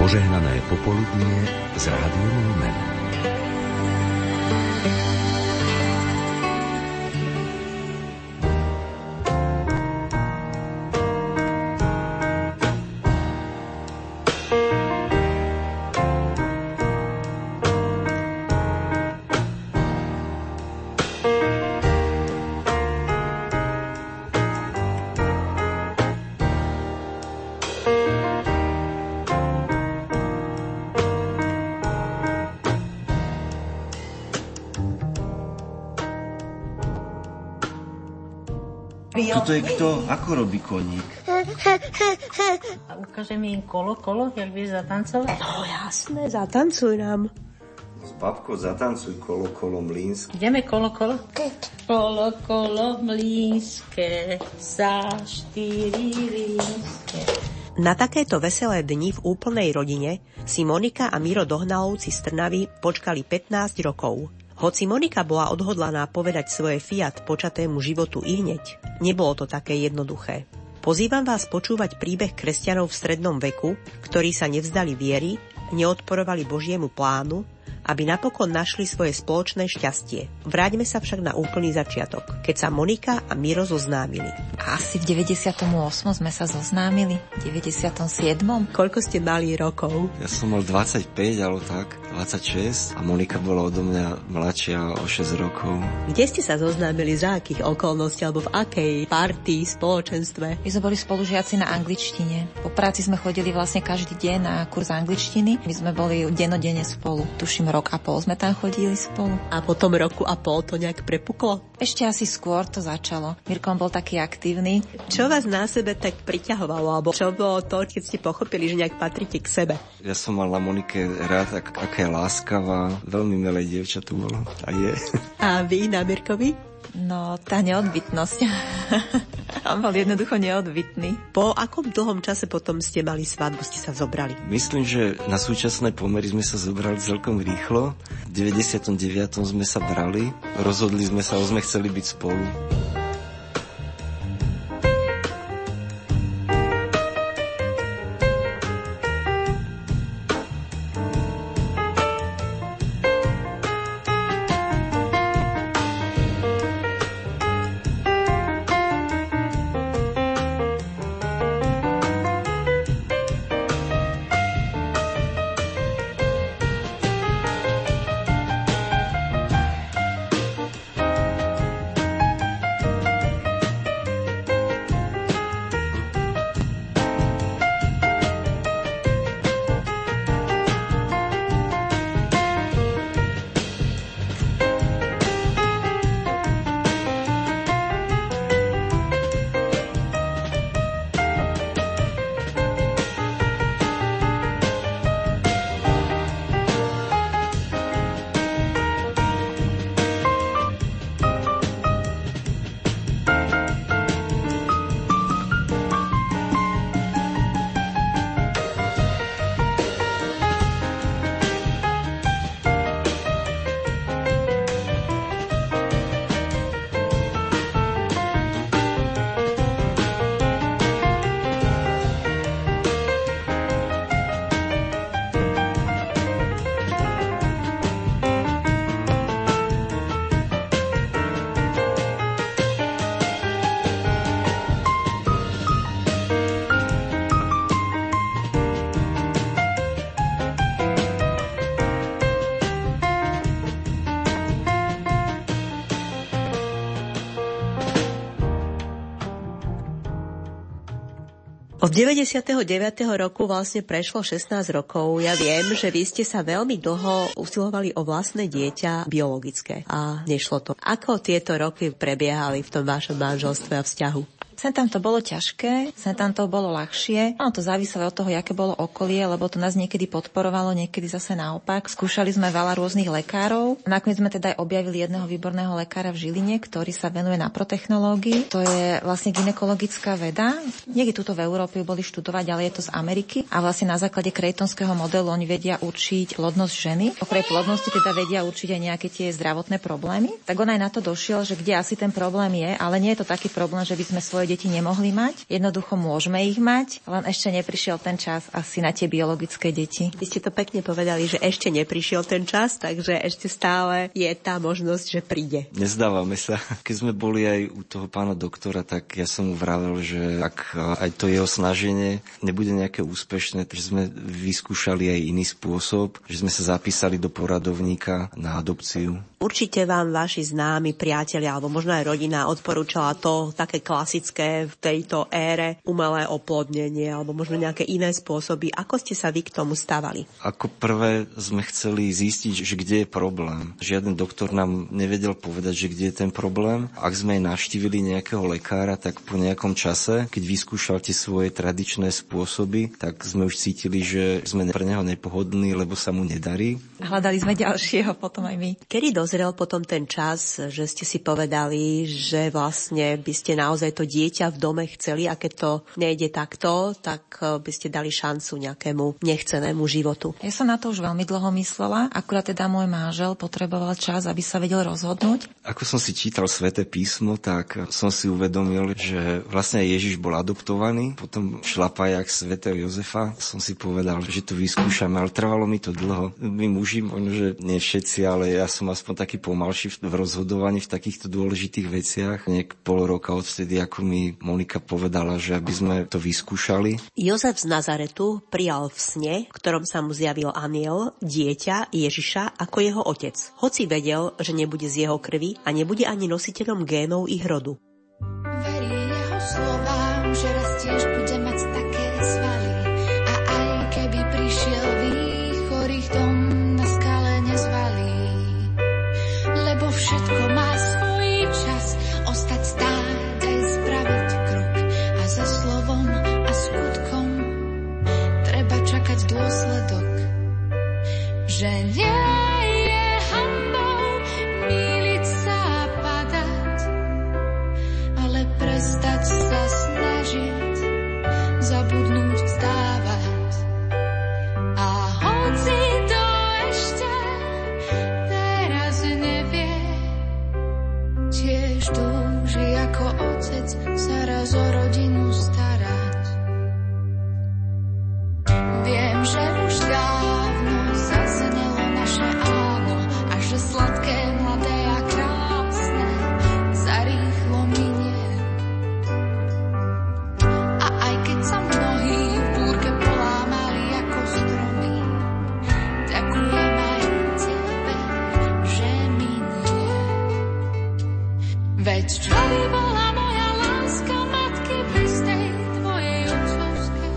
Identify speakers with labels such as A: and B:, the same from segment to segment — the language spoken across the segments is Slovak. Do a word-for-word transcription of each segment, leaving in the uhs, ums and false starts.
A: Požehnané popoludnie z Rádiom Lumen.
B: Toto je kto? Ako robí koník?
C: A ukáže mi kolo, kolo, jak vieš zatancovať?
D: No jasné, zatancuj nám.
B: S babkou zatancuj kolo, kolo mlínske.
C: Ideme kolo, kolo? Kolo, kolo mlínske, za štyri rínske.
D: Na takéto veselé dni v úplnej rodine si Monika a Miro Dohnalovci z Trnavy počkali pätnásť rokov. Hoci Monika bola odhodlaná povedať svoje fiat počatému životu ihneď, nebolo to také jednoduché. Pozývam vás počúvať príbeh kresťanov v strednom veku, ktorí sa nevzdali viery, neodporovali Božiemu plánu, aby napokon našli svoje spoločné šťastie. Vráťme sa však na úplný začiatok, keď sa Monika a Miro zoznámili.
E: Asi v deväťdesiatom ôsmom sme sa zoznámili, v deväťdesiatom siedmom
D: Koľko ste mali rokov?
B: Ja som mal dvadsaťpäť, alebo tak, dvadsaťšesť a Monika bola odo mňa mladšia o šesť rokov.
D: Kde ste sa zoznámili, za akých okolností, alebo v akej partii, spoločenstve?
E: My sme boli spolužiaci na angličtine. Po práci sme chodili vlastne každý deň na kurz angličtiny. My sme boli dennodenne spolu. Tuším, rok a pol sme tam chodili spolu.
D: A po tom roku a pol to nejak prepuklo?
E: Ešte asi skôr to začalo. Mirko bol taký aktívny.
D: Čo vás na sebe tak priťahovalo? Alebo čo bolo to, keď ste pochopili, že nejak patríte k sebe?
B: Ja som mal na Monike rád, ak, aká je láskavá. Veľmi milé dievča tu bolo. A je.
D: A vy na Mirkovi?
E: No, tá neodbytnosť. On bol jednoducho neodbytný.
D: Po akom dlhom čase potom ste mali svadbu, ste sa zobrali?
B: Myslím, že na súčasné pomery sme sa zobrali celkom rýchlo. V deväťdesiatom deviatom sme sa brali. Rozhodli sme sa, že sme chceli byť spolu.
D: Od deväťdesiateho deviateho roku vlastne prešlo šestnásť rokov. Ja viem, že vy ste sa veľmi dlho usilovali o vlastné dieťa biologické a nešlo to. Ako tieto roky prebiehali v tom vašom manželstve a vzťahu?
E: Sem tam to bolo ťažké, sem tam to bolo ľahšie. Ono to záviselo od toho, aké bolo okolie, lebo to nás niekedy podporovalo, niekedy zase naopak. Skúšali sme veľa rôznych lekárov. Nakoniec sme teda aj objavili jedného výborného lekára v Žiline, ktorý sa venuje naprotechnológii. To je vlastne gynekologická veda. Niekde tuto v Európe boli študovať, ale je to z Ameriky. A vlastne na základe Creightonského modelu oni vedia určiť plodnosť ženy. Okrem plodnosti teda vedia určiť aj nejaké tie zdravotné problémy. Tak on aj na to došiel, že kde asi ten problém je, ale nie je to taký problém, že by sme svoje deti nemohli mať. Jednoducho môžeme ich mať, len ešte neprišiel ten čas asi na tie biologické deti.
D: Vy ste to pekne povedali, že ešte neprišiel ten čas, takže ešte stále je tá možnosť, že príde.
B: Nezdávame sa. Keď sme boli aj u toho pána doktora, tak ja som mu vravel, že ak aj to jeho snaženie nebude nejaké úspešné, že sme vyskúšali aj iný spôsob, že sme sa zapísali do poradovníka na adopciu.
D: Určite vám vaši známi priatelia alebo možno aj rodina odporúčala to také klasické v tejto ére umelé oplodnenie alebo možno nejaké iné spôsoby. Ako ste sa vy k tomu stávali?
B: Ako prvé sme chceli zistiť, že kde je problém. Žiaden doktor nám nevedel povedať, že kde je ten problém. Ak sme aj navštívili nejakého lekára, tak po nejakom čase, keď vyskúšal tie svoje tradičné spôsoby, tak sme už cítili, že sme pre neho nepohodlní, lebo sa mu nedarí.
E: Hľadali sme ďalšieho potom aj my.
D: Kedy dozrel potom ten čas, že ste si povedali, že vlastne by ste naozaj to dieťa v dome chceli a keď to nejde takto, tak by ste dali šancu nejakému nechcenému životu?
E: Ja som na to už veľmi dlho myslela, akurát teda môj manžel potreboval čas, aby sa vedel rozhodnúť. Ako
B: som si čítal Sväté písmo, tak som si uvedomil, že vlastne Ježiš bol adoptovaný, potom šlapajak svätého Jozefa. Som si povedal, že to vyskúšame, ale trvalo mi to dlho. My muži, možno, že nie všetci, ale ja som aspoň taký pomalší v rozhodovaní v takýchto dôležitých veciach. Niek pol roka odvtedy, ako mi Monika povedala, že aby sme to vyskúšali.
D: Jozef z Nazaretu prijal v sne, v ktorom sa mu zjavil anjel, dieťa Ježiša ako jeho otec. Hoci vedel, že nebude z jeho krvi a nebude ani nositeľom génov ich rodu.
F: Verí jeho slovám, že raz tiež bude mať také svaly. A aj keby prišiel výchor, ich dom na skale nezvalí. Lebo všetko má svoj čas, ostať stáť aj spraviť krok. A za slovom a skutkom treba čakať dôsledok. Že nie je hanbou mýliť sa a padať, ale prestať sa snažiť, zabudnúť vzdávať. A hoci to ešte teraz nevie, tiež túži ako otec sa raz o rodinu starať. Viem, že už dávno zaznelo naše áno a že sladké, mladé a krásne zarýchlo minie. A aj keď sa mnohí v búrke polámali ako stromy, ďakujem aj tebe, že minie. Veď čo by bola moja láska matky bez tej tvojej otcovskej?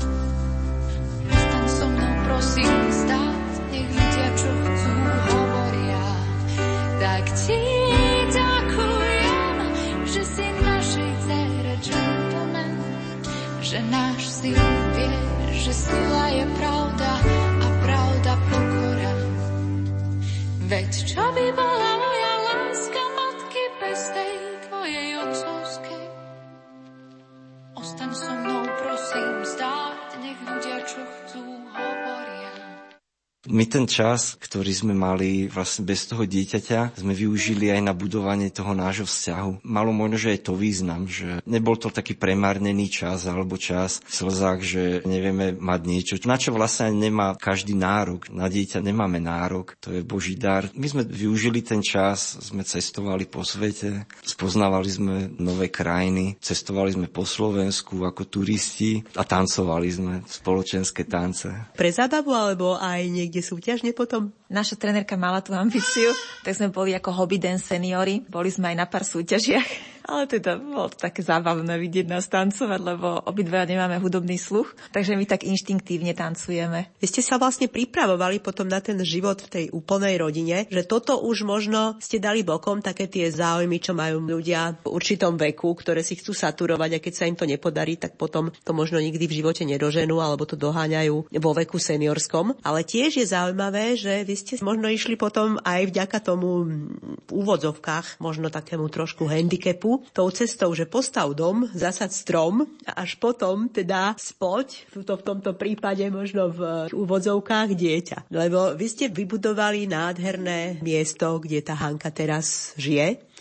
F: Ostaň so mnou, prosím, stáť, nech ľudia, čo chcú, hovoria. Tak ti ďakujem, že si našej dcére gentleman, že náš syn vie, že sila je pravda a pravda pokora. Veď čo by bola moja láska matky bez tej tvojej otcovskej? Ostaň so mnou, prosím, stáť, nech ľudia, čo chcú, hovoria.
B: My ten čas, ktorý sme mali vlastne bez toho dieťaťa, sme využili aj na budovanie toho nášho vzťahu. Malo možno, že aj to význam, že nebol to taký premárnený čas alebo čas v slzách, že nevieme mať niečo, na čo vlastne nemá každý nárok. Na dieťa nemáme nárok, to je Boží dar. My sme využili ten čas, sme cestovali po svete, spoznávali sme nové krajiny, cestovali sme po Slovensku ako turisti a tancovali sme spoločenské tance.
D: Pre zábavu alebo aj niekde súťažne potom?
E: Naša trenérka mala tú ambíciu, tak sme boli ako hobby dance seniori. Boli sme aj na pár súťažiach. Ale teda bolo to také zábavné vidieť nás tancovať, lebo obidvaja nemáme hudobný sluch, takže my tak inštinktívne tancujeme.
D: Vy ste sa vlastne pripravovali potom na ten život v tej úplnej rodine, že toto už možno ste dali bokom, také tie záujmy, čo majú ľudia v určitom veku, ktoré si chcú saturovať a keď sa im to nepodarí, tak potom to možno nikdy v živote nedoženú alebo to doháňajú vo veku seniorskom. Ale tiež je zaujímavé, že vy ste možno išli potom aj vďaka tomu v úvodzovkách, možno takému trošku handicapu, tou cestou, že postav dom, zasad strom a až potom teda spoď, v tomto prípade možno v úvodzovkách dieťa. Lebo vy ste vybudovali nádherné miesto, kde tá Hanka teraz žije.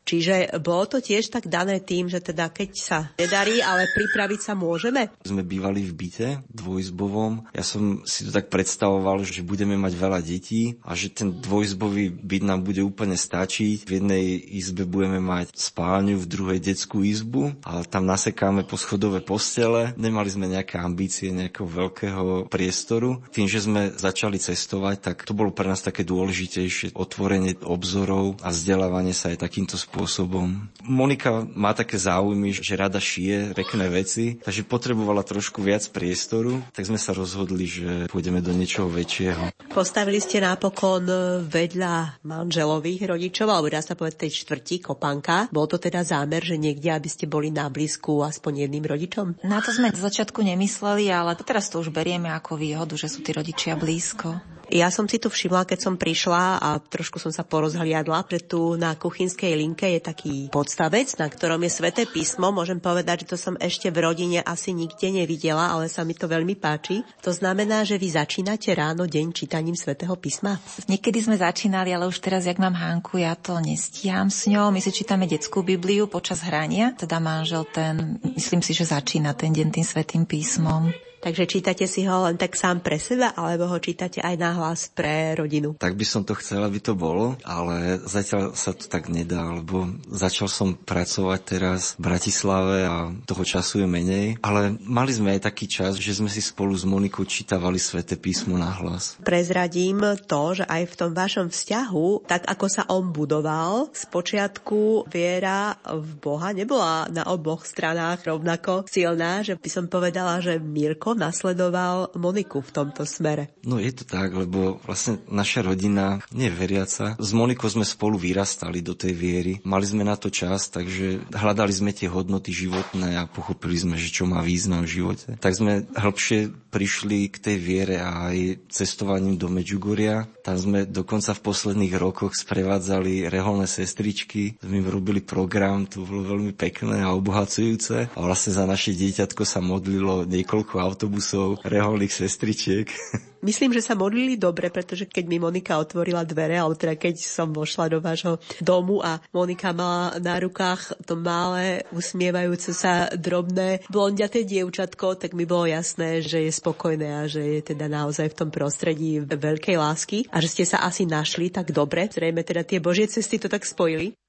D: Čiže bolo to tiež tak dané tým, že teda keď sa nedarí, ale pripraviť sa môžeme?
B: Sme bývali v byte dvojizbovom. Ja som si to tak predstavoval, že budeme mať veľa detí a že ten dvojizbový byt nám bude úplne stačiť. V jednej izbe budeme mať spálňu, v druhej detskú izbu a tam nasekáme poschodové postele. Nemali sme nejaké ambície nejakého veľkého priestoru. Tým, že sme začali cestovať, tak to bolo pre nás také dôležitejšie otvorenie obzorov a vzdelávanie sa aj takýmto spôsobom. Monika má také záujmy, že rada šije pekné veci, takže potrebovala trošku viac priestoru, tak sme sa rozhodli, že pôjdeme do niečoho väčšieho.
D: Postavili ste napokon vedľa manželových rodičov, alebo dá sa povedať tej štvrti Kopanka. Bol to teda zámer, že niekde, aby ste boli na blízku aspoň jedným rodičom?
E: Na to sme z začiatku nemysleli, ale teraz to už berieme ako výhodu, že sú tí rodičia blízko.
D: Ja som si tu všimla, keď som prišla a trošku som sa porozhliadla, že tu na kuchynskej linke je taký podstavec, na ktorom je Sväté písmo. Môžem povedať, že to som ešte v rodine asi nikde nevidela, ale sa mi to veľmi páči. To znamená, že vy začínate ráno deň čítaním Svätého písma?
E: Niekedy sme začínali, ale už teraz, jak mám Hanku, ja to nestíham s ňou. My si čítame detskú Bibliu počas hrania, teda manžel ten, myslím si, že začína ten deň tým Svätým písmom.
D: Takže čítate si ho len tak sám pre seba, alebo ho čítate aj nahlas pre rodinu?
B: Tak by som to chcel, aby to bolo, ale zatiaľ sa to tak nedá, lebo začal som pracovať teraz v Bratislave a toho času je menej. Ale mali sme aj taký čas, že sme si spolu s Monikou čítavali Sväté písmo nahlas.
D: Prezradím to, že aj v tom vašom vzťahu, tak ako sa on budoval, spočiatku viera v Boha nebola na oboch stranách rovnako silná, že by som povedala, že Mirko nasledoval Moniku v tomto smere.
B: No je to tak, lebo vlastne naša rodina nie je veriaca. S Monikou sme spolu vyrastali do tej viery. Mali sme na to čas, takže hľadali sme tie hodnoty životné a pochopili sme, že čo má význam v živote. Tak sme hĺbšie prišli k tej viere a aj cestovaním do Medžugoria. Tam sme dokonca v posledných rokoch sprevádzali reholné sestričky. My robili program, to bolo veľmi pekné a obohacujúce. A vlastne za naše dieťatko sa modlilo niekoľko autobusov, reholných sestričiek.
D: Myslím, že sa modlili dobre, pretože keď mi Monika otvorila dvere, alebo teda keď som vošla do vášho domu a Monika mala na rukách to malé, usmievajúce sa drobné blondiaté dievčatko, tak mi bolo jasné, že je spokojné a že je teda naozaj v tom prostredí veľkej lásky a že ste sa asi našli tak dobre. Zrejme teda tie Božie cesty to tak spojili.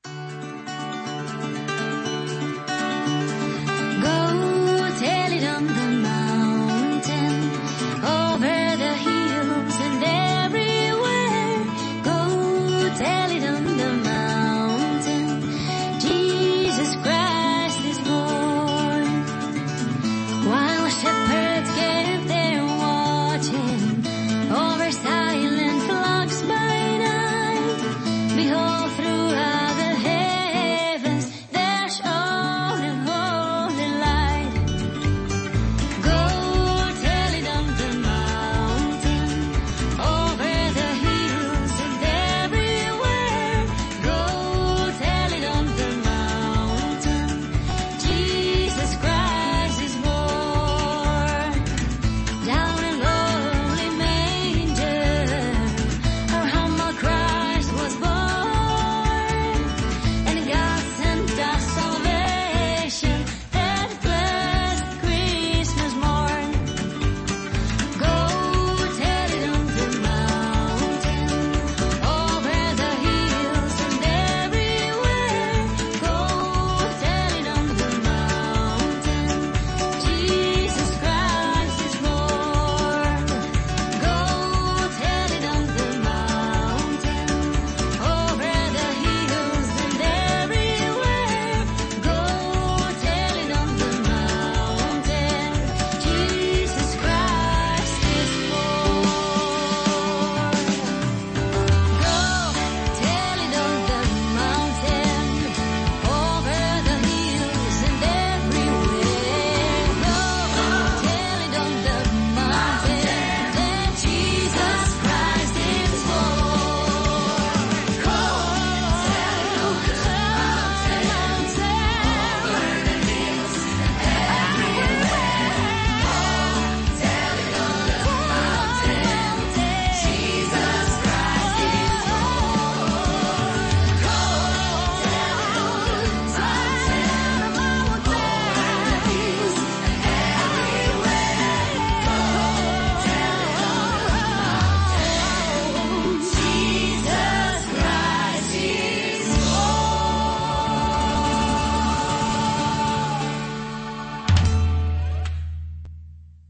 F: Silent flocks by night, behold throughout the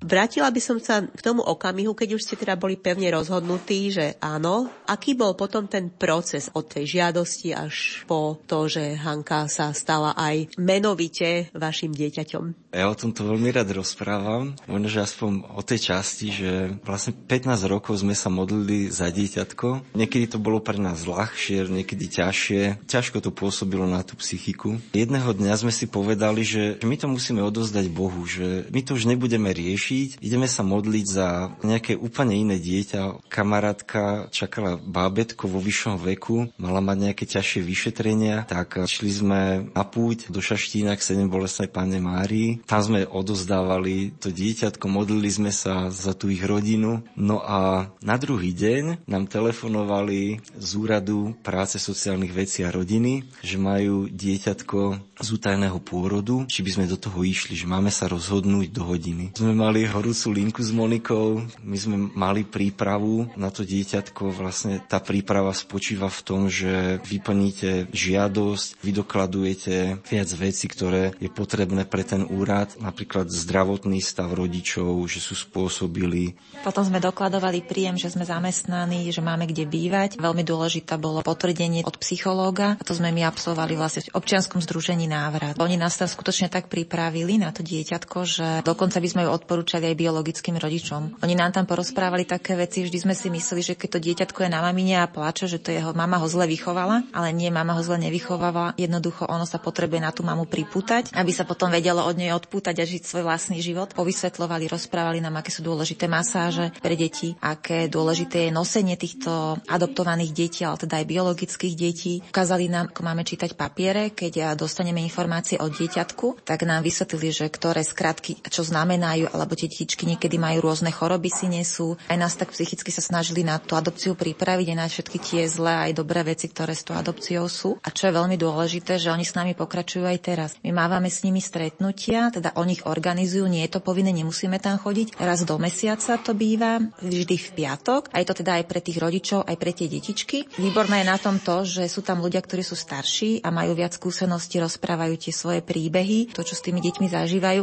D: Vrátila by som sa k tomu okamihu, keď už ste teda boli pevne rozhodnutí, že áno. Aký bol potom ten proces od tej žiadosti až po to, že Hanka sa stala aj menovite vašim dieťaťom?
B: Ja o tomto veľmi rád rozprávam. Možno, že aspoň o tej časti, že vlastne pätnásť rokov sme sa modlili za dieťatko. Niekedy to bolo pre nás ľahšie, niekedy ťažšie. Ťažko to pôsobilo na tú psychiku. Jedného dňa sme si povedali, že my to musíme odozdať Bohu, že my to už nebudeme riešiť. Ideme sa modliť za nejaké úplne iné dieťa. Kamarátka čakala bábätko vo vyššom veku, mala mať nejaké ťažšie vyšetrenia, tak šli sme na púť do Šaštína k Sedembolestnej Panne Márii. Tam sme odozdávali to dieťatko, modlili sme sa za tú ich rodinu. No a na druhý deň nám telefonovali z úradu práce sociálnych vecí a rodiny, že majú dieťatko z útajného pôrodu, či by sme do toho išli, že máme sa rozhodnúť do hodiny. Sme mali horúcu linku s Monikou, my sme mali prípravu na to dieťatko. Vlastne tá príprava spočíva v tom, že vyplníte žiadosť, vydokladujete viac vecí, ktoré je potrebné pre ten úrad, napríklad zdravotný stav rodičov, že sú spôsobili.
E: Potom sme dokladovali príjem, že sme zamestnaní, že máme kde bývať. Veľmi dôležité bolo potvrdenie od psychológa, a to sme my absolvovali vlastne v občianskom združení Návrat. Oni nás tam skutočne tak pripravili na to dieťatko, že dokonca by sme ju odporúčali aj biologickým rodičom. Oni nám tam porozprávali také veci, vždy sme si mysleli, že keď to dieťatko je na mamine a plače, že to jeho mama ho zle vychovala, ale nie, mama ho zle nevychovávala. Jednoducho ono sa potrebuje na tú mamu pripútať, aby sa potom vedelo od nej odpútať a žiť svoj vlastný život. Povysvetľovali, rozprávali nám, aké sú dôležité masáže pre deti, aké dôležité je nosenie týchto adoptovaných detí, ale teda aj biologických detí. Ukázali nám, ako máme čítať papiere, keď dostaneme informácie o dieťatku, tak nám vysvetlili, že ktoré skratky čo znamenajú, alebo tie detičky niekedy majú rôzne choroby, si nesú. Aj nás tak psychicky sa snažili na tú adopciu pripraviť, aj na všetky tie zlé aj dobré veci, ktoré s tou adopciou sú. A čo je veľmi dôležité, že oni s nami pokračujú aj teraz. My mávame s nimi stretnutia, teda oni ich organizujú, nie je to povinné, nemusíme tam chodiť. Raz do mesiaca to býva, vždy v piatok. A je to teda aj pre tých rodičov, aj pre tie detičky. Výborné je na tom to, že sú tam ľudia, ktorí sú starší a majú viac skúseností, rozprávajú tie svoje príbehy, to, čo s tými deťmi zažívajú.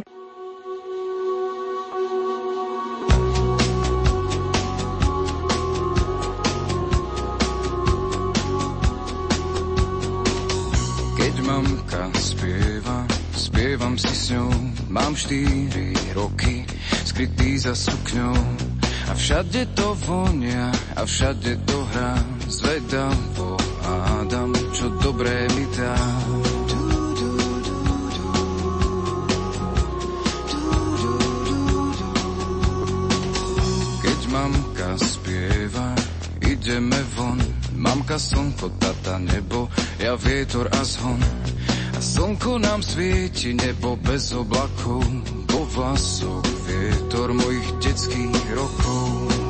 G: Keď mamka spieva, spievam si s ňou, mám štyri roky, skrytý za sukňou. A všade to vonia, a všade to hrá, zvedavo hádam, čo dobré mi dá. Keď mamka spieva, ideme von, mamka slnko, tata nebo, ja vietor a zhon. A slnko nám svieti, nebo bez oblakov, po vlasoch vietor mojich detských rokov.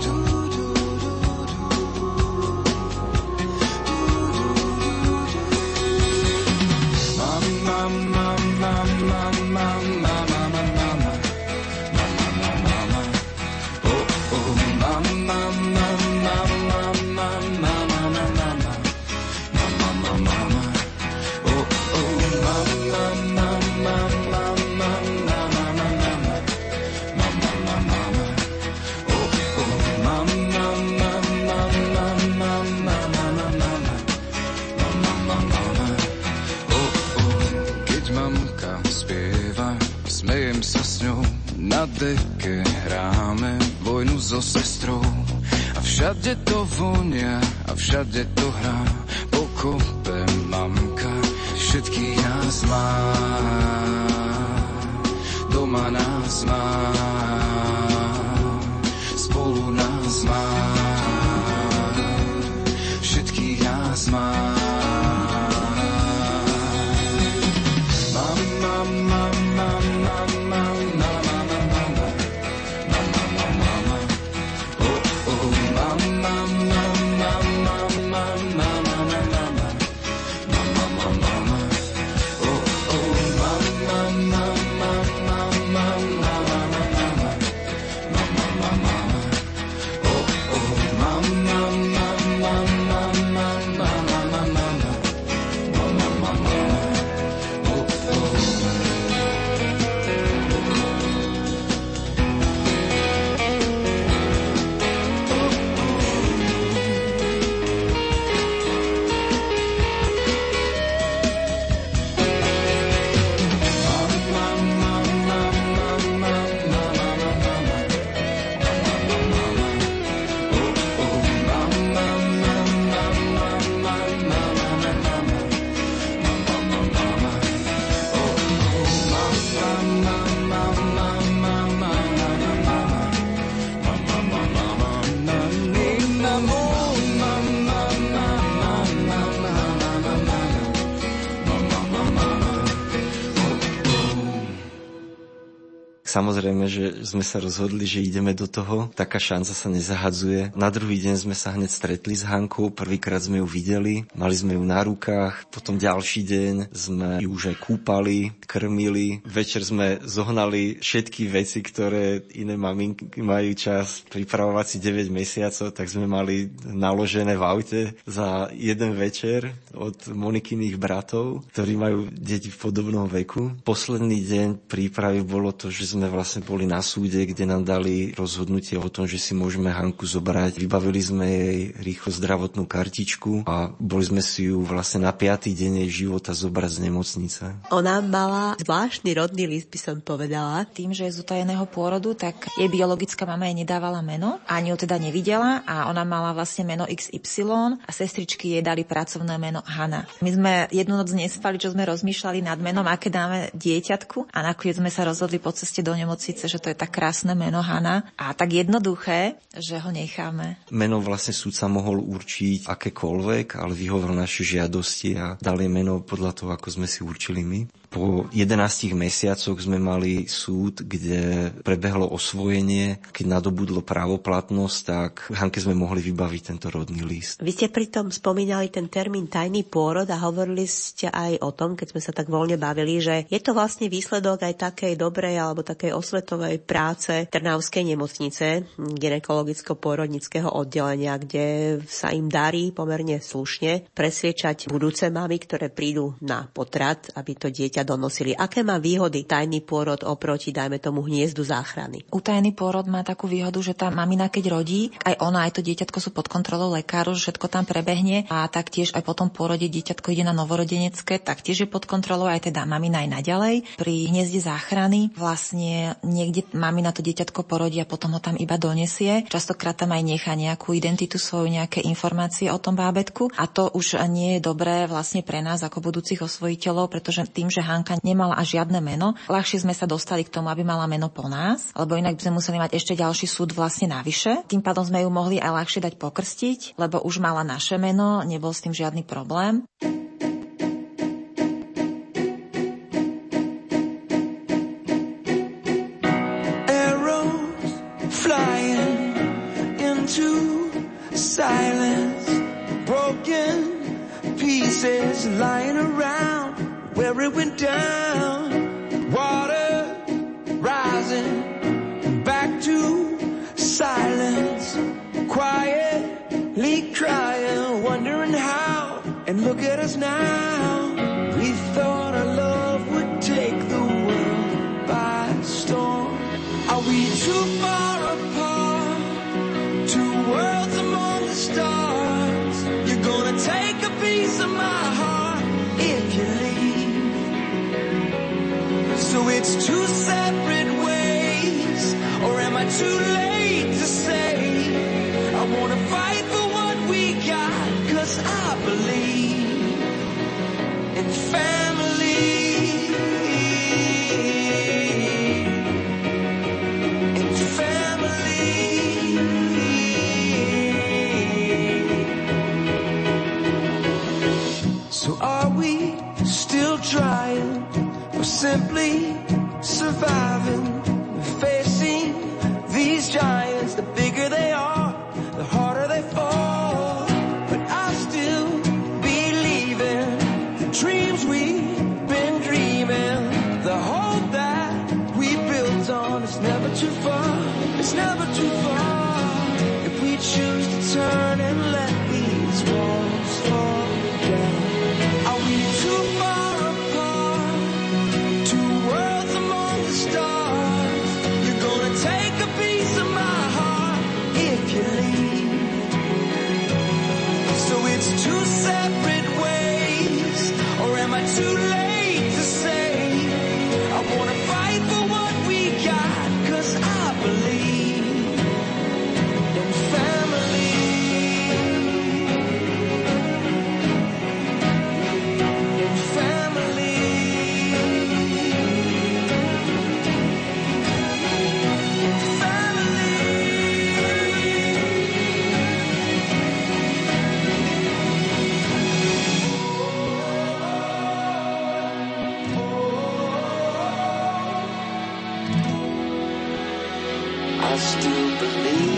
G: Mama, mama, mama, mama, mama, mama, mama, mama, oh, oh, mama, mama, mama, mama, mama, mama, mama, mama, oh, oh, mama, mama, mama, mama, mama, mama, mama, oh, oh, mama, mama, mama, mama, mama, mama, oh, oh. Keď mamka spieva, smejem sa s ňou, na deke hráme vojnu so sestrou. A všade to vonia, a všade to hrá, pokope mamka, všetkých nás má, doma nás má, spolu nás má, všetkých nás má. Mama, mama, mama, mama, mama, mama, mama, mama, oh, oh, mama, mama, mama, mama, mama, mama, mama, mama, oh, oh, mama, mama, mama, mama, mama,
B: samozrejme, že sme sa rozhodli, že ideme do toho. Taká šanca sa nezahadzuje. Na druhý deň sme sa hneď stretli s Hankou, prvýkrát sme ju videli, mali sme ju na rukách, potom ďalší deň sme ju už aj kúpali, krmili. Večer sme zohnali všetky veci, ktoré iné maminky majú čas pripravovať si deväť mesiacov, tak sme mali naložené v aute za jeden večer od Monikyných bratov, ktorí majú deti v podobnom veku. Posledný deň prípravy bolo to, že sme vlastne boli na súde, kde nám dali rozhodnutie o tom, že si môžeme Hanku zobrať. Vybavili sme jej rýchlo zdravotnú kartičku a boli sme si ju vlastne na piatý deň jej života zobrať z nemocnice.
D: Ona mala zvláštny rodný list, by som povedala.
E: Tým, že je z utajeného pôrodu, tak jej biologická mama jej nedávala meno, ani ju teda nevidela a ona mala vlastne meno iks ypsilon a sestričky jej dali pracovné meno Hanna. My sme jednu noc nespali, čo sme rozmýšľali nad menom, aké dáme dieťatku a nakoniec sme sa rozhodli po ceste do nemocnice, že to je tak krásne meno Hanna a tak jednoduché, že ho necháme.
B: Meno vlastne sudca mohol určiť akékoľvek, ale vyhovoril naše žiadosti a dal jej meno podľa toho, ako sme si určili my. Po jedenástich mesiacoch sme mali súd, kde prebehlo osvojenie. Keď nadobudlo právoplatnosť, tak Hanke sme mohli vybaviť tento rodný list.
D: Vy ste pritom spomínali ten termín tajný pôrod a hovorili ste aj o tom, keď sme sa tak voľne bavili, že je to vlastne výsledok aj takej dobrej alebo takej osvetovej práce Trnavskej nemocnice, gynekologicko-pôrodnického oddelenia, kde sa im darí pomerne slušne presviečať budúce mamy, ktoré prídu na potrat, aby to dieťa donosili. Aké má výhody tajný pôrod oproti, dajme tomu, hniezdu záchrany?
E: Utajený pôrod má takú výhodu, že tá mamina, keď rodí, aj ona, aj to dieťatko sú pod kontrolou lekárov, že všetko tam prebehne a taktiež aj po tom pôrode dieťatko ide na novorodenecké, taktiež je pod kontrolou aj teda mamina aj naďalej. Pri hniezde záchrany vlastne niekde mamina to dieťatko porodí a potom ho tam iba donesie. Častokrát tam aj nechá nejakú identitu svoju, nejaké informácie o tom bábätku a to už nie je dobré vlastne pre nás ako budúcich osvojiteľov, pretože tým, že Hanka nemala až žiadne meno, ľahšie sme sa dostali k tomu, aby mala meno po nás, lebo inak by sme museli mať ešte ďalší súd vlastne navyše. Tým pádom sme ju mohli aj ľahšie dať pokrstiť, lebo už mala naše meno, nebol s tým žiadny problém. Arrows flying into silence, broken pieces lying around where it went down, water rising back to silence, quietly crying, wondering how, and look at us now. We thought our love would take the world by storm. Are we too far apart? Two worlds among the stars. You're gonna take a piece of my heart if you leave. So it's two separate ways, or am I too late to say I wanna fight for what we got, 'cause I believe in family, in family. So are we still trying, or simply surviving, facing these giants? The bigger they are, the harder they fall. But I still believe in the dreams we've been dreaming. The hope that we built on is never too far. It's never too far. If we choose to turn and let these walls fall down. Are we too far apart? Two worlds among the stars. You're gonna take a piece of my heart if you leave. So it's two separate ways, or am I too late to say I wanna fight for what we got, 'cause I believe in family. In family. In family.
H: I still believe.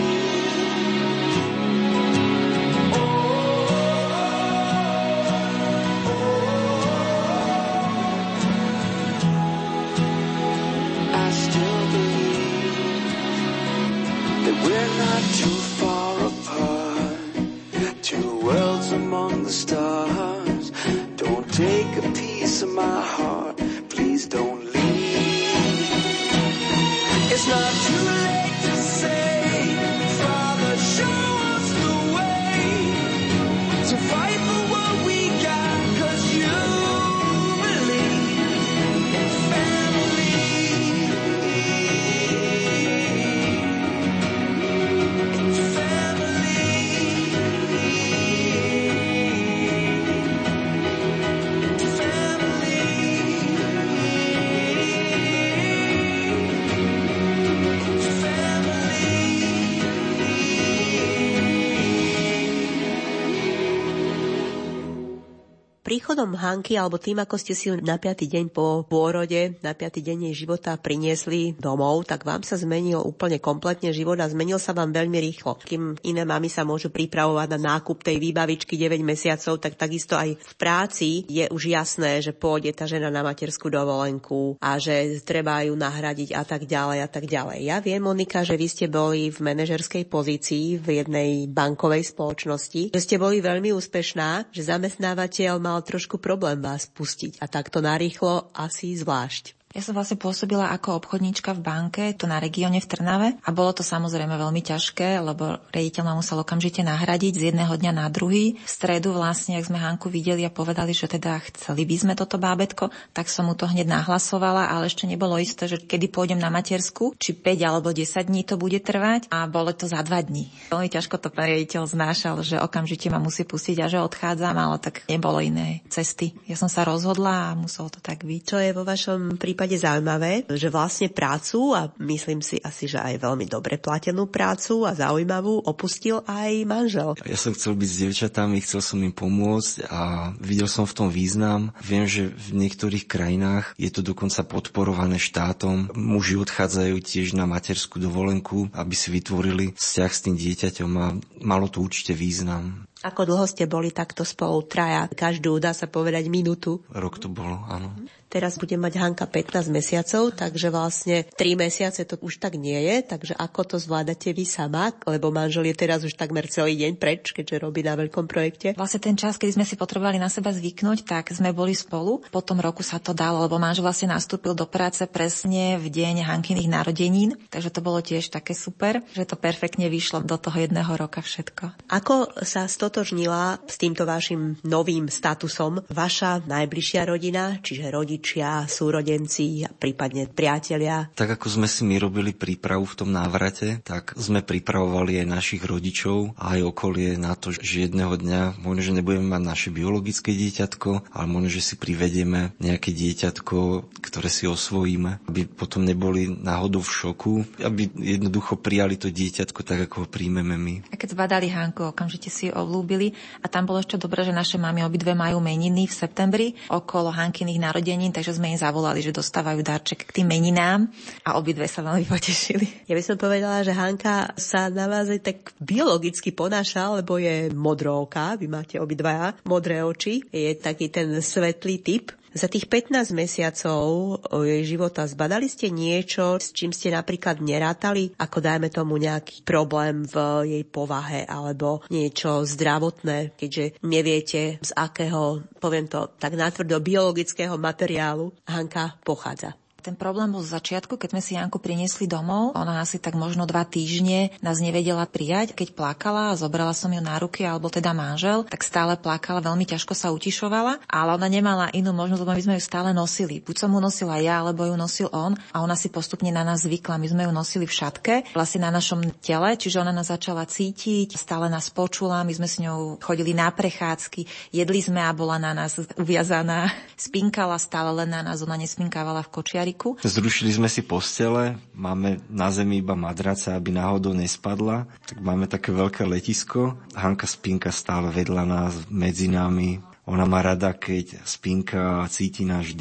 H: I still believe that we're not too far apart. Two worlds among the stars. Don't take a piece of my heart. Please don't leave. It's not too late to say, Father, show us the way to fight for what we got, 'cause you believe in family. In family.
D: Príchodom Hanky, alebo tým, ako ste si ju na piaty deň po pôrode, na piaty deň jej života priniesli domov, tak vám sa zmenil úplne kompletne život a zmenil sa vám veľmi rýchlo. Kým iné mami sa môžu pripravovať na nákup tej výbavičky deväť mesiacov, tak takisto aj v práci je už jasné, že pôjde tá žena na materskú dovolenku a že treba ju nahradiť a tak ďalej a tak ďalej. Ja viem, Monika, že vy ste boli v manažerskej pozícii v jednej bankovej spoločnosti, že ste boli veľmi úspešná, že zamestnávateľ mal trošku problém vás pustiť a takto narýchlo asi zvlášť.
E: Ja som vlastne pôsobila ako obchodníčka v banke, tu na regióne v Trnave a bolo to samozrejme veľmi ťažké, lebo riaditeľ ma musel okamžite nahradiť z jedného dňa na druhý. V stredu vlastne, ak sme Hanku videli a povedali, že teda chceli by sme toto bábätko, tak som mu to hneď nahlasovala, ale ešte nebolo isté, že kedy pôjdem na matersku, či päť alebo desať dní to bude trvať a bolo to za dva dní. Veľmi ťažko to pán riaditeľ znášal, že okamžite ma musí pustiť a že odchádzam, ale tak nebolo inej cesty. Ja som sa rozhodla a muselo to tak byť.
D: Čo je vo vašom prípade zaujímavé, že vlastne prácu, a myslím si asi, že aj veľmi dobre platenú prácu a zaujímavú, opustil aj manžel.
B: Ja som chcel byť s dievčatami, chcel som im pomôcť a videl som v tom význam. Viem, že v niektorých krajinách je to dokonca podporované štátom. Muži odchádzajú tiež na materskú dovolenku, aby si vytvorili vzťah s tým dieťaťom a malo to určite význam.
D: Ako dlho ste boli takto spolu traja? Každú, dá sa povedať, minútu?
B: Rok to bolo, áno.
D: Teraz bude mať Hanka pätnásť mesiacov, takže vlastne tri mesiace to už tak nie je, takže ako to zvládate vy sama, lebo manžel je teraz už takmer celý deň preč, keďže robí na veľkom projekte.
E: Vlastne ten čas, keď sme si potrebovali na seba zvyknúť, tak sme boli spolu. Po tom roku sa to dalo, lebo manžel vlastne nastúpil do práce presne v deň Hankyných narodenín, takže to bolo tiež také super, že to perfektne vyšlo do toho jedného roka všetko.
D: Ako sa stotožnila s týmto vašim novým statusom vaša najbližšia rodina, čiže rodič rodičia, súrodenci a prípadne priatelia?
B: Tak ako sme si my robili prípravu v tom návrate, tak sme pripravovali aj našich rodičov a aj okolie na to, že jedného dňa možno, že nebudeme mať naše biologické dieťatko, ale možno, že si privedieme nejaké dieťatko, ktoré si osvojíme, aby potom neboli náhodou v šoku, aby jednoducho prijali to dieťatko tak, ako ho príjmeme my.
E: A keď zbadali Hanku, okamžite si ju obľúbili a tam bolo ešte dobré, že naše mamy obidve majú meniny v septembri okolo Hankyných narodenín, takže sme im zavolali, že dostávajú darček k tým meninám a obidve sa veľmi potešili.
D: Ja by som povedala, že Hanka sa na vás aj tak biologicky ponáša, lebo je modrooká, vy máte obidvaja modré oči, je taký ten svetlý typ. Za tých pätnásť mesiacov jej života zbadali ste niečo, s čím ste napríklad nerátali, ako dajme tomu nejaký problém v jej povahe alebo niečo zdravotné, keďže neviete, z akého, poviem to tak natvrdo, biologického materiálu Hanka pochádza.
E: Ten problém bol z začiatku, keď sme si Janku priniesli domov. Ona asi tak možno dva týždne nás nevedela prijať. Keď plakala a zobrala som ju na ruky, alebo teda manžel, tak stále plakala, veľmi ťažko sa utišovala, ale ona nemala inú možnosť, lebo my sme ju stále nosili. Buď som ju nosila ja, alebo ju nosil on a ona si postupne na nás zvykla. My sme ju nosili v šatke, vlastne na našom tele, čiže ona nás začala cítiť, stále nás počula, my sme s ňou chodili na prechádzky, jedli sme a bola na nás uviazaná, spinkala stále len na nás, ona nespinkávala v kočiari.
B: Zrušili sme si postele, máme na zemi iba madraca, aby náhodou nespadla. Tak máme také veľké letisko. Hanka spinka stále vedľa nás, medzi nami. Ona má rada, keď spinka cíti náš dých.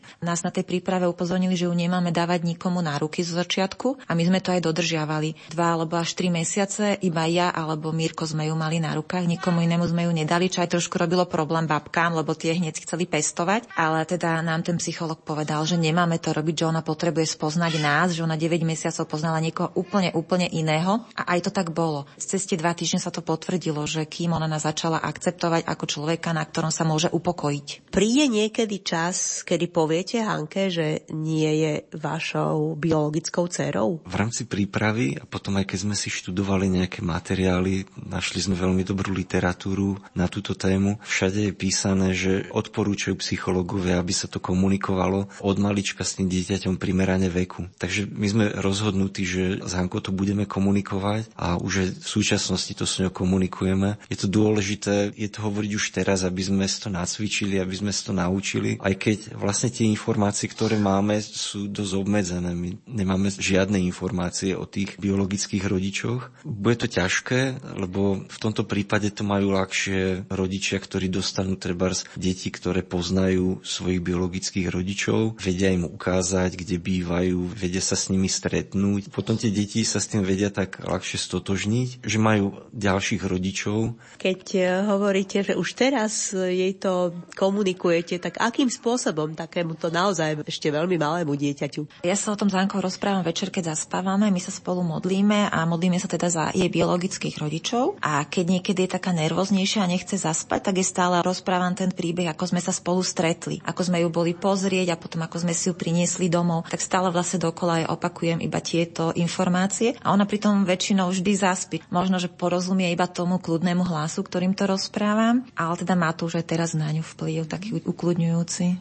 E: Nás na tej príprave upozornili, že ju nemáme dávať nikomu na ruky zo začiatku a my sme to aj dodržiavali. Dva alebo až tri mesiace iba ja alebo Mirko sme ju mali na rukách, nikomu inému sme ju nedali, čo aj trošku robilo problém babkám, lebo tie hneď chceli pestovať, ale teda nám ten psycholog povedal, že nemáme to robiť, že ona potrebuje spoznať nás, že ona deväť mesiacov poznala niekoho úplne, úplne iného a aj to tak bolo. Cez tie dva týždne sa to potvrdilo, že kým ona nás začala akceptovať ako človeka, na ktorom sa môže upokojiť.
D: Príde niekedy čas, kedy poviete Hanke, že nie je vašou biologickou dcérou?
B: V rámci prípravy a potom aj keď sme si študovali nejaké materiály, našli sme veľmi dobrú literatúru na túto tému. Všade je písané, že odporúčajú psychológovia, aby sa to komunikovalo od malička s tým dieťaťom primerane veku. Takže my sme rozhodnutí, že s Hankou to budeme komunikovať a už aj v súčasnosti to s ňou komunikujeme. Je to dôležité, je to hovoriť už teraz, aby sme si to nacvičili, aby sme si to naučili. Aj keď vlastne tie informácie, ktoré máme, sú dosť obmedzené. My nemáme žiadne informácie o tých biologických rodičoch. Bude to ťažké, lebo v tomto prípade to majú ľahšie rodičia, ktorí dostanú trebárs deti, ktoré poznajú svojich biologických rodičov, vedia im ukázať, kde bývajú, vedia sa s nimi stretnúť. Potom tie deti sa s tým vedia tak ľahšie stotožniť, že majú ďalších rodičov.
D: Keď hovoríte, že už teraz jej to komunikujete, tak akým spôsobom takémuto naozaj ešte veľmi malému dieťaťu?
E: Ja sa o tom s Hankou rozprávam večer, keď zaspávame, my sa spolu modlíme a modlíme sa teda za jej biologických rodičov a keď niekedy je taká nervóznejšia a nechce zaspať, tak je stále rozprávam ten príbeh, ako sme sa spolu stretli, ako sme ju boli pozrieť a potom ako sme si ju priniesli domov, tak stále vlastne dokola aj opakujem iba tieto informácie a ona pritom väčšinou vždy zaspí. Možno, že porozumie iba tomu kľudnému hlasu, ktorým to rozprávam, ale teda má to už aj teraz na ňu vplyv, taký ukľudňujúci.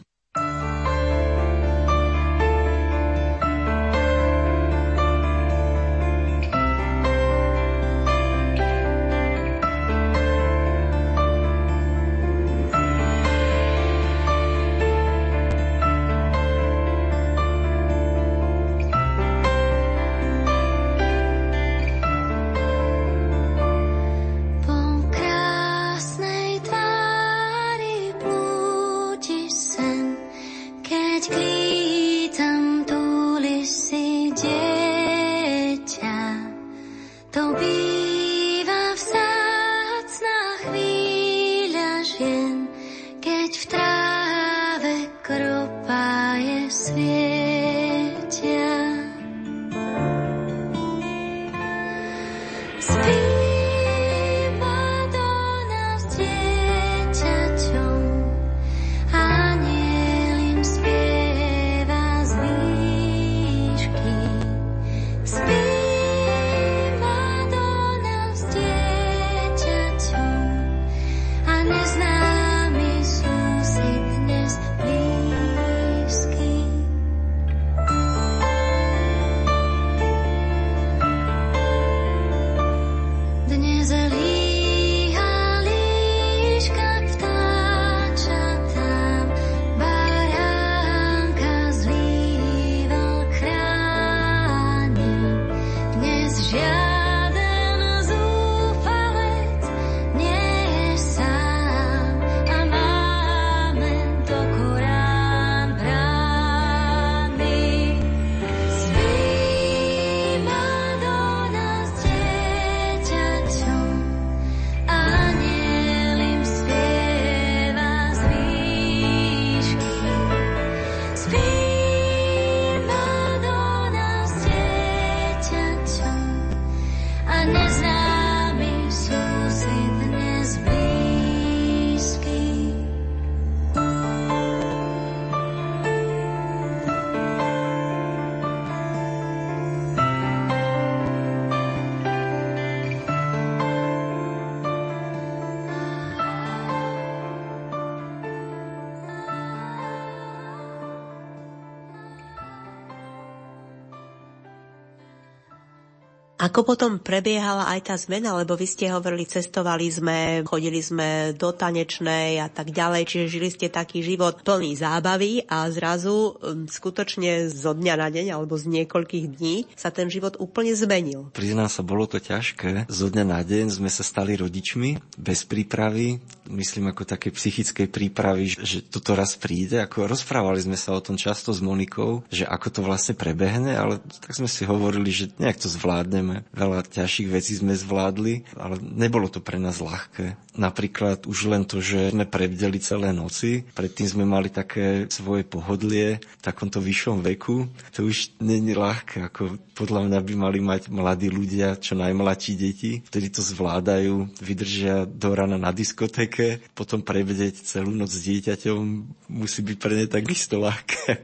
D: Ako potom prebiehala aj tá zmena, lebo vy ste hovorili, cestovali sme, chodili sme do tanečnej a tak ďalej, čiže žili ste taký život plný zábavy a zrazu um, skutočne zo dňa na deň alebo z niekoľkých dní sa ten život úplne zmenil.
B: Priznám sa, bolo to ťažké. Zo dňa na deň sme sa stali rodičmi, bez prípravy, myslím ako také psychickej prípravy, že toto raz príde. Ako rozprávali sme sa o tom často s Monikou, že ako to vlastne prebehne, ale tak sme si hovorili, že nejak to zvládneme. Veľa ťažších vecí sme zvládli, ale nebolo to pre nás ľahké. Napríklad už len to, že sme prebdeli celé noci, predtým sme mali také svoje pohodlie v takomto vyššom veku. To už nie je ľahké, ako podľa mňa by mali mať mladí ľudia, čo najmladší deti, ktorí to zvládajú, vydržia do rana na diskotéke, potom prebdeť celú noc s dieťaťom musí byť pre ne takisto ľahké.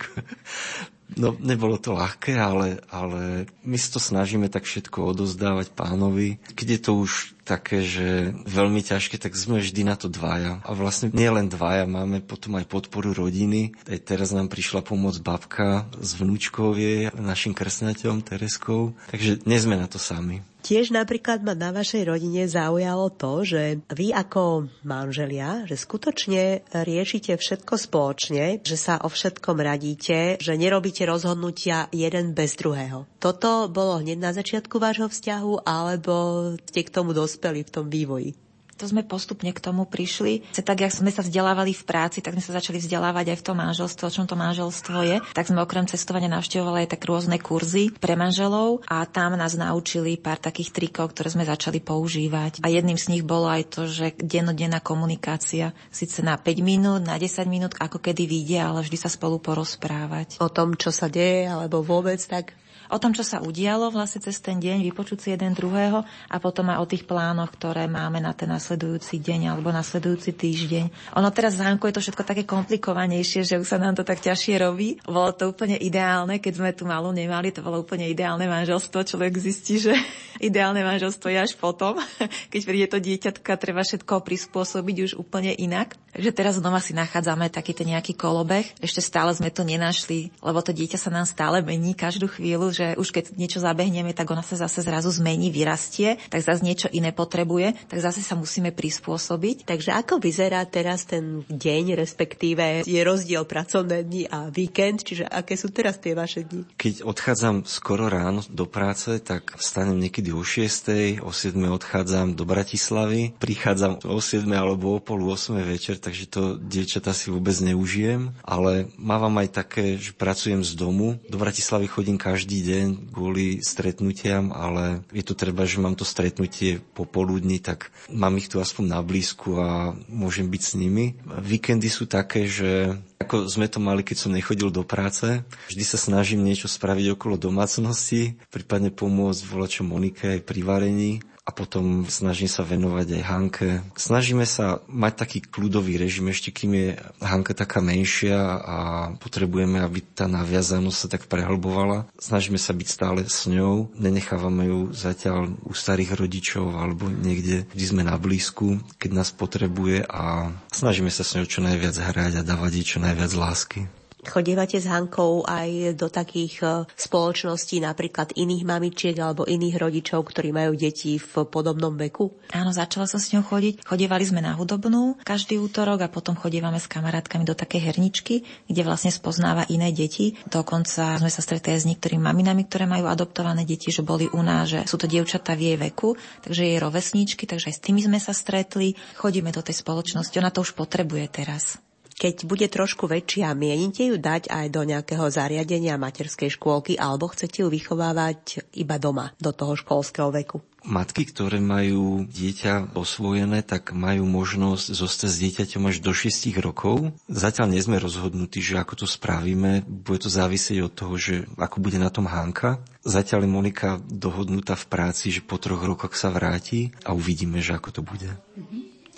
B: No, nebolo to ľahké, ale, ale my si to snažíme tak všetko odozdávať Pánovi. Keď je to už také, že veľmi ťažké, tak sme vždy na to dvaja. A vlastne nie len dvaja, máme potom aj podporu rodiny. Aj teraz nám prišla pomôcť babka s vnúčkou jej, našim krsňaťom Tereskou. Takže nie sme na to sami.
D: Tiež napríklad ma na vašej rodine zaujalo to, že vy ako manželia, že skutočne riešite všetko spoločne, že sa o všetkom radíte, že nerobíte rozhodnutia jeden bez druhého. Toto bolo hneď na začiatku vášho vzťahu, alebo ste k tomu dospeli v tom vývoji?
E: To sme postupne k tomu prišli. Tak, jak sme sa vzdelávali v práci, tak sme sa začali vzdelávať aj v tom manželstve, o čom to manželstvo je. Tak sme okrem cestovania navštevovali aj tak rôzne kurzy pre manželov a tam nás naučili pár takých trikov, ktoré sme začali používať. A jedným z nich bolo aj to, že dennodenná komunikácia, síce na päť minút, na desať minút, ako kedy vyjde, ale vždy sa spolu porozprávať.
D: O tom, čo sa deje, alebo vôbec tak?
E: O tom, čo sa udialo vlastne cez ten deň, vypočuť si jeden druhého a potom aj o tých plánoch, ktoré máme na ten nasledujúci deň alebo nasledujúci týždeň. Ono teraz v Hanku je to všetko také komplikovanejšie, že už sa nám to tak ťažšie robí. Bolo to úplne ideálne, keď sme tu malú nemali, to bolo úplne ideálne manželstvo. Človek zistí, že ideálne manželstvo je až potom, keď príde to dieťatka, treba všetko prispôsobiť už úplne inak. Takže teraz znova si nachádzame taký ten nejaký kolobeh. Ešte stále sme to nenašli, lebo to dieťa sa nám stále mení každú chvíľu, že už keď niečo zabehneme, tak ona sa zase zrazu zmení, vyrastie, tak zase niečo iné potrebuje, tak zase sa musíme prispôsobiť.
D: Takže ako vyzerá teraz ten deň, respektíve je rozdiel pracovné dni a víkend, čiže aké sú teraz tie vaše dni? Keď
B: odchádzam skoro ráno do práce, tak vstanem niekedy o šiestej, o siedmej odchádzam do Bratislavy, prichádzam o siedmej alebo o pol ôsmej večer, takže to dievčatá si vôbec neužijem, ale mávam aj také, že pracujem z domu. Do Bratislavy chodím každý deň deň kvôli stretnutiam, ale je to treba, že mám to stretnutie popoludní, tak mám ich tu aspoň na blízku a môžem byť s nimi. Víkendy sú také, že ako sme to mali, keď som nechodil do práce, vždy sa snažím niečo spraviť okolo domácnosti, prípadne pomôcť volačo Monike aj pri varení. A potom snažím sa venovať aj Hanke. Snažíme sa mať taký kľudový režim, ešte kým je Hanka taká menšia a potrebujeme, aby tá naviazanosť sa tak prehlbovala. Snažíme sa byť stále s ňou, nenechávame ju zatiaľ u starých rodičov alebo niekde, kde sme na blízku, keď nás potrebuje a snažíme sa s ňou čo najviac hrať a dávať jej čo najviac lásky.
D: Chodívate s Hankou aj do takých spoločností, napríklad iných mamičiek alebo iných rodičov, ktorí majú deti v podobnom veku?
E: Áno, začala som s ňou chodiť. Chodievali sme na hudobnú každý útorok a potom chodívame s kamarátkami do takej herničky, kde vlastne spoznáva iné deti. Dokonca sme sa stretli aj s niektorými maminami, ktoré majú adoptované deti, že boli u nás, že sú to dievčatá v jej veku, takže jej rovesníčky, takže aj s tými sme sa stretli. Chodíme do tej spoločnosti, ona to už potrebuje teraz.
D: Keď bude trošku väčšia, mienite ju dať aj do nejakého zariadenia materskej škôlky alebo chcete ju vychovávať iba doma do toho školského veku?
B: Matky, ktoré majú dieťa osvojené, tak majú možnosť zostať s dieťaťom až do šiestich rokov. Zatiaľ nie sme rozhodnutí, že ako to spravíme. Bude to závisieť od toho, že ako bude na tom Hanka. Zatiaľ je Monika dohodnutá v práci, že po troch rokoch sa vráti a uvidíme, že ako to bude.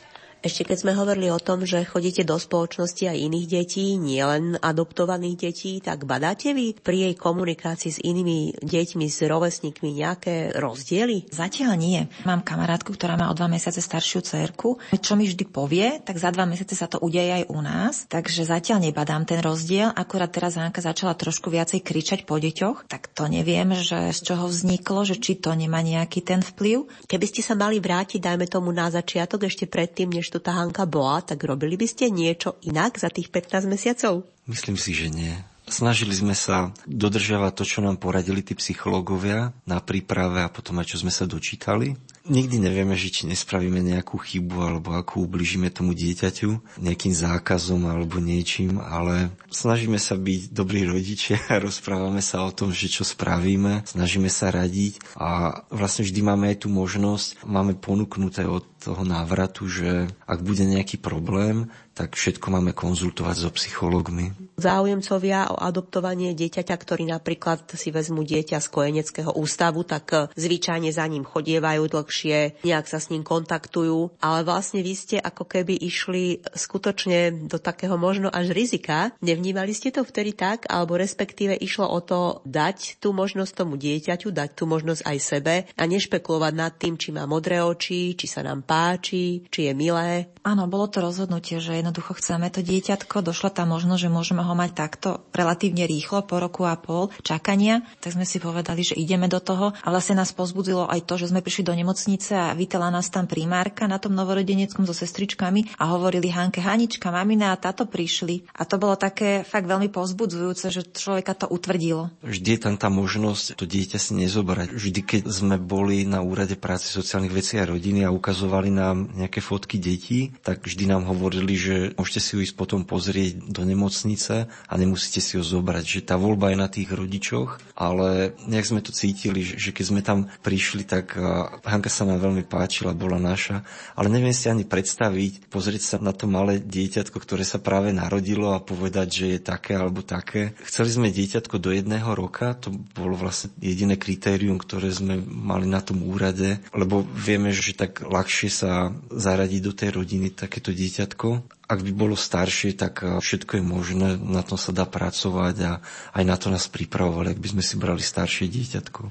D: Ešte keď sme hovorili o tom, že chodíte do spoločnosti aj iných detí, nielen adoptovaných detí, tak badáte vy pri jej komunikácii s inými deťmi, s rovesníkmi nejaké rozdiely?
E: Zatiaľ nie. Mám kamarátku, ktorá má o dva mesiace staršiu dcérku. Čo mi vždy povie, tak za dva mesiace sa to udeje aj u nás. Takže zatiaľ nebadám ten rozdiel. Akurát teraz Hanka začala trošku viacej kričať po deťoch, tak to neviem, že z čoho vzniklo, že či to nemá nejaký ten vplyv.
D: Keby ste sa mali vrátiť, dajme tomu na začiatok, ešte predtým, než tu tá Hanka bola, tak robili by ste niečo inak za tých pätnásť mesiacov?
B: Myslím si, že nie. Snažili sme sa dodržiavať to, čo nám poradili tí psychológovia na príprave a potom aj čo sme sa dočítali. Nikdy nevieme, že či nespravíme nejakú chybu alebo ako ubližíme tomu dieťaťu nejakým zákazom alebo niečím, ale snažíme sa byť dobrí rodičia a rozprávame sa o tom, že čo spravíme, snažíme sa radiť a vlastne vždy máme aj tú možnosť, máme ponúknuté od toho návratu, že ak bude nejaký problém, tak všetko máme konzultovať so psychológmi.
D: Záujemcovia o adoptovanie dieťaťa, ktorí napríklad si vezmú dieťa z kojeneckého ústavu, tak zvyčajne za ním chodievajú dlhšie, nejak sa s ním kontaktujú, ale vlastne vy ste ako keby išli skutočne do takého možno až rizika. Nevnímali ste to vtedy tak, alebo respektíve išlo o to dať tú možnosť tomu dieťaťu, dať tú možnosť aj sebe a nešpekulovať nad tým, či má modré oči, či sa nám páči, či je milé?
E: Áno, bolo to rozhodnutie, že jednoducho chceme to dieťatko, došla tá možnosť, že môžeme ho mať takto relatívne rýchlo, po roku a pol čakania, tak sme si povedali, že ideme do toho a vlastne nás povzbudilo aj to, že sme prišli do nemocnice a vítala nás tam primárka na tom novorodeneckom so sestričkami a hovorili Hanke: Hanička, mamina a táto prišli. A to bolo také fakt veľmi povzbudzujúce, že človeka to utvrdilo.
B: Vždy je tam tá možnosť to dieťa si nezobrať. Vždy, keď sme boli na úrade práce sociálnych vecí a rodiny a ukazovali nám nejaké fotky detí, tak vždy nám hovorili, že môžete si ho ísť potom pozrieť do nemocnice a nemusíte si ho zobrať. Že tá voľba je na tých rodičoch, ale nejak sme to cítili, že keď sme tam prišli, tak Hanka sa nám veľmi páčila, bola naša, ale neviem si ani predstaviť, pozrieť sa na to malé dieťatko, ktoré sa práve narodilo a povedať, že je také alebo také. Chceli sme dieťatko do jedného roka, to bolo vlastne jediné kritérium, ktoré sme mali na tom úrade, lebo vieme, že tak ľahšie sa zaradiť do tej rodiny takéto dieťatko. Ak by bolo staršie, tak všetko je možné, na tom sa dá pracovať a aj na to nás pripravovali, ak by sme si brali staršie dieťatko.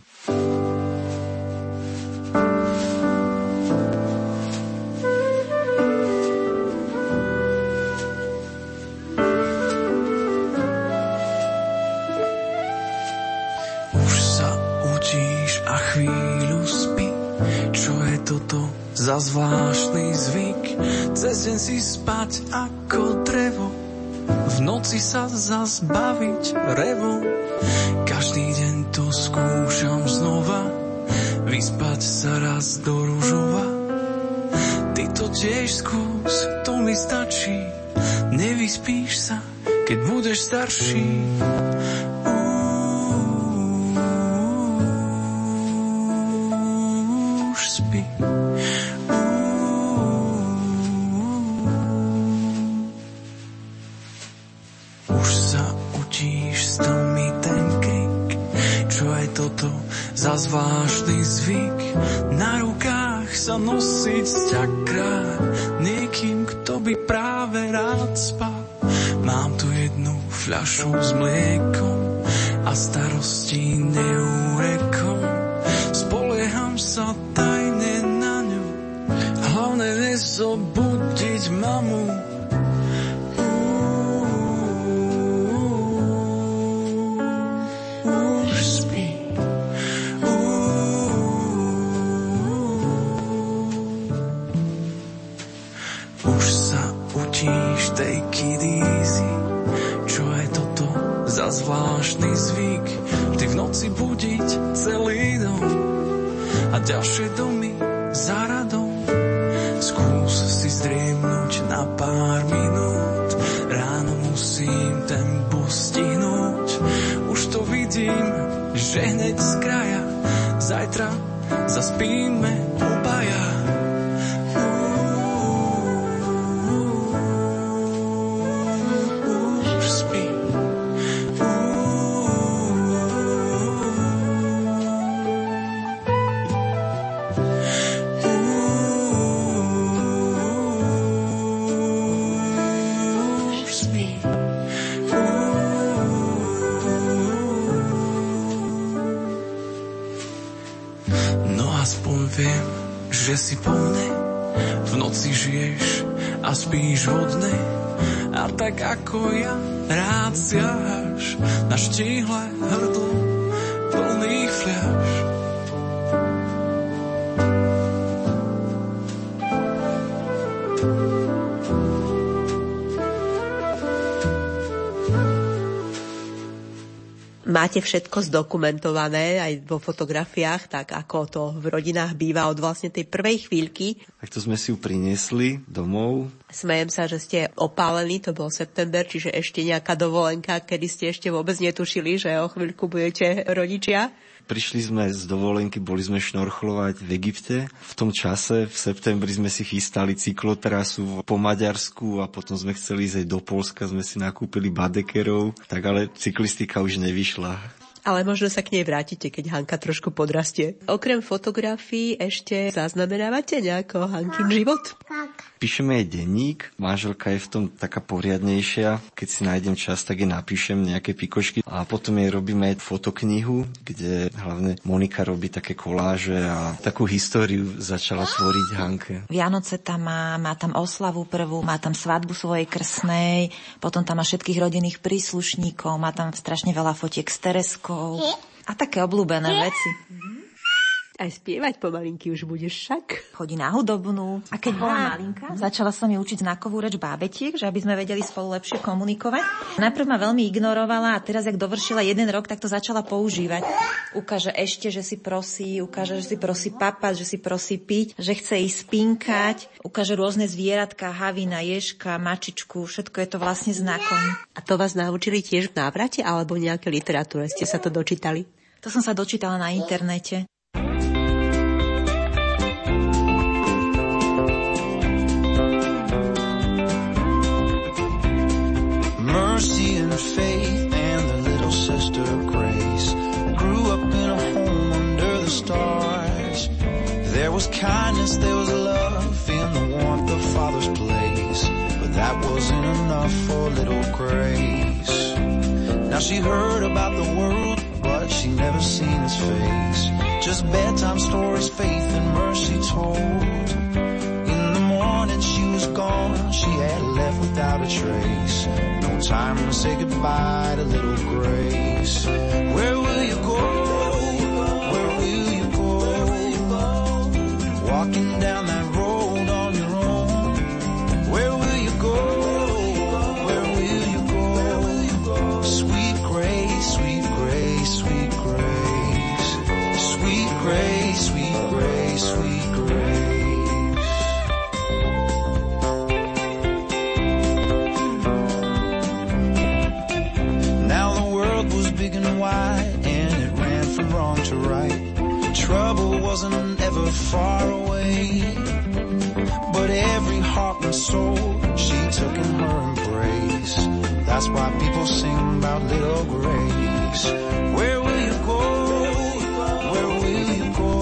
H: Už sa učíš a chvíľu spí, čo je toto za zvláštny zvyk? Cez deň si spať ako drevo, v noci sa zas baviť revom. Každý deň to skúšam znova, vyspať sa raz do ružova. Ty to tiež skús, to mi stačí, nevyspíš sa, keď budeš starší. Už spí. Za zvláštny zvyk na rukách sa nosiť sťakrát niekým, kto by práve rád spal. Mám tu jednu fľašu s mliekom a starosti neúrekom. Spolieham sa tajne na ňu, hlavne nezobudiť mamu. Zvláštny zvyk, vždy v noci budiť celý dom a ďalšie domy za radom. Skús si zdriemnúť na pár minút, ráno musím ten bus stihnúť. Už to vidím, že hneď z kraja zajtra zaspíme obaja.
I: aspoň viem, že si po mne. V noci žiješ a spíš hodne. A tak ako ja rád siahaš na štíhle hrdlo plných fľaš.
D: Máte všetko zdokumentované aj vo fotografiách, tak ako to v rodinách býva od vlastne tej prvej chvíľky.
B: Tak to sme si ju priniesli domov.
D: Smejem sa, že ste opálení, to bol september, čiže ešte nejaká dovolenka, kedy ste ešte vôbec netušili, že o chvíľku budete rodičia.
B: Prišli sme z dovolenky, boli sme šnorchlovať v Egypte. V tom čase, v septembri, sme si chystali cyklotrasu po Maďarsku a potom sme chceli ísť aj do Poľska, sme si nakúpili badekerov, tak ale cyklistika už nevyšla.
D: Ale možno sa k nej vrátite, keď Hanka trošku podrastie. Okrem fotografií ešte zaznamenávate nejako Hankin život?
B: Píšeme jej denník, manželka je v tom taká poriadnejšia. Keď si nájdem čas, tak jej napíšem nejaké pikošky. A potom jej robíme aj fotoknihu, kde hlavne Monika robí také koláže a takú históriu začala tvoriť Hanke.
E: Vianoce tam má, má tam oslavu prvú, má tam svadbu svojej krstnej, potom tam má všetkých rodinných príslušníkov, má tam strašne veľa fotiek s Tereskou a také obľúbené veci.
D: Aj spievať pomalinky už budeš však.
E: Chodí na hudobnú. A keď bola malinka, začala som ju učiť znakovú reč bábetiek, že aby sme vedeli spolu lepšie komunikovať. Najprv ma veľmi ignorovala a teraz, jak dovršila jeden rok, tak to začala používať. Ukáže ešte, že si prosí, ukáže, že si prosí papať, že si prosí piť, že chce ísť spinkať, ukáže rôzne zvieratka, havina, ježka, mačičku, všetko je to vlastne znakom.
D: A to vás naučili tiež v návrate alebo nejaké literatúre ste sa to dočítali?
E: To som sa dočítala na internete.
J: Mercy and faith and the little sister Grace grew up in a home under the stars. There was kindness, there was love in the warmth of Father's place, but that wasn't enough for little Grace. Now she heard about the world, but she never seen his face. Just bedtime stories faith and mercy told. In the morning she was gone, she had left without a trace. Time to say goodbye to little Grace. Where will you go? Where will you go? Walking down that road on your own. Where will you go? Where will you go? Sweet Grace, sweet Grace, sweet Grace. Sweet Grace, sweet Grace, sweet Grace. Big and wide, and it ran from wrong to right. Trouble wasn't ever far away, but every heart and soul she took in her embrace. That's why people sing about little Grace. Where will you go? Where will you go?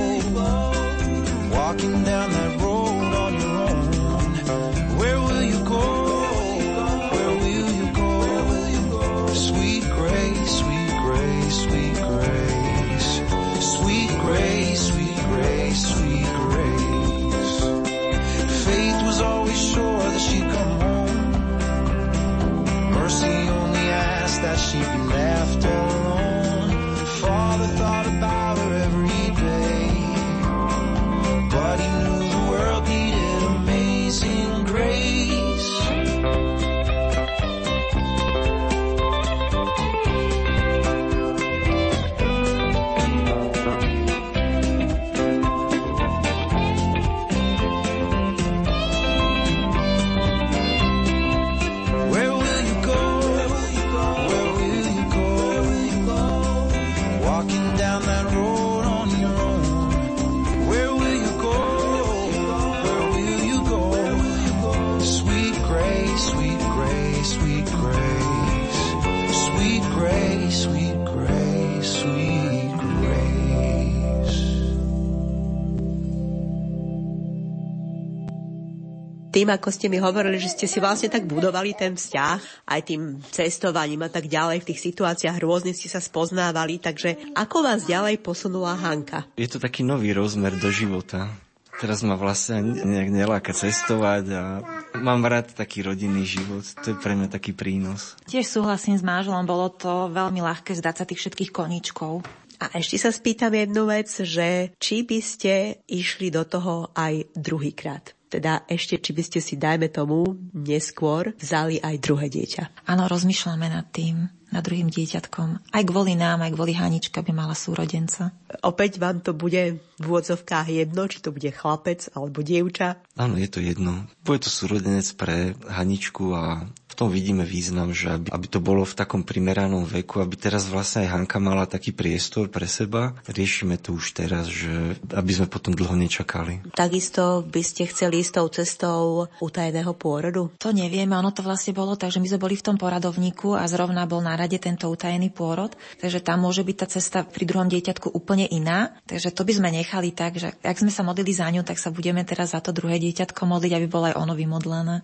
J: Walking down that road on your own. Where will you go? Where will you go? Sweet Grace, sweet Grace, sweet Grace. Sweet Grace, sweet Grace, sweet Grace. Faith was always sure that she'd come home. Mercy only asked that she be left alone. Father thought about her every day, but he knew the world needed amazing grace. Where will you go? Where will you go?
D: Tým, ako ste mi hovorili, že ste si vlastne tak budovali ten vzťah, aj tým cestovaním a tak ďalej, v tých situáciách rôznych ste sa spoznávali, takže ako vás ďalej posunula Hanka?
B: Je to taký nový rozmer do života. Teraz ma vlastne nejak neláka cestovať a mám rád taký rodinný život. To je pre mňa taký prínos.
E: Tiež súhlasím s manželom, bolo to veľmi ľahké zdať sa tých všetkých koníčkov.
D: A ešte sa spýtam jednu vec, že či by ste išli do toho aj druhýkrát? Teda ešte, či by ste si, dajme tomu, neskôr vzali aj druhé dieťa?
E: Áno, rozmýšľame nad tým, nad druhým dieťatkom. Aj kvôli nám, aj kvôli Haničke, by mala súrodenca.
D: Opäť vám to bude v úvodzovkách jedno, či to bude chlapec alebo dievča?
B: Áno, je to jedno. Bude to súrodenec pre Haničku a v tom vidíme význam, že aby, aby to bolo v takom primeranom veku, aby teraz vlastne aj Hanka mala taký priestor pre seba. Riešime to už teraz, že aby sme potom dlho nečakali.
D: Takisto by ste chceli ísť tou cestou utajeného pôrodu?
E: To nevieme, ono to vlastne bolo tak, že my sme boli v tom poradovníku a zrovna bol na rade tento utajený pôrod, takže tam môže byť tá cesta pri druhom dieťatku úplne iná. Takže to by sme nechali tak, že ak sme sa modlili za ňu, tak sa budeme teraz za to druhé dieťatko modliť, aby bolo aj ono vymodlené.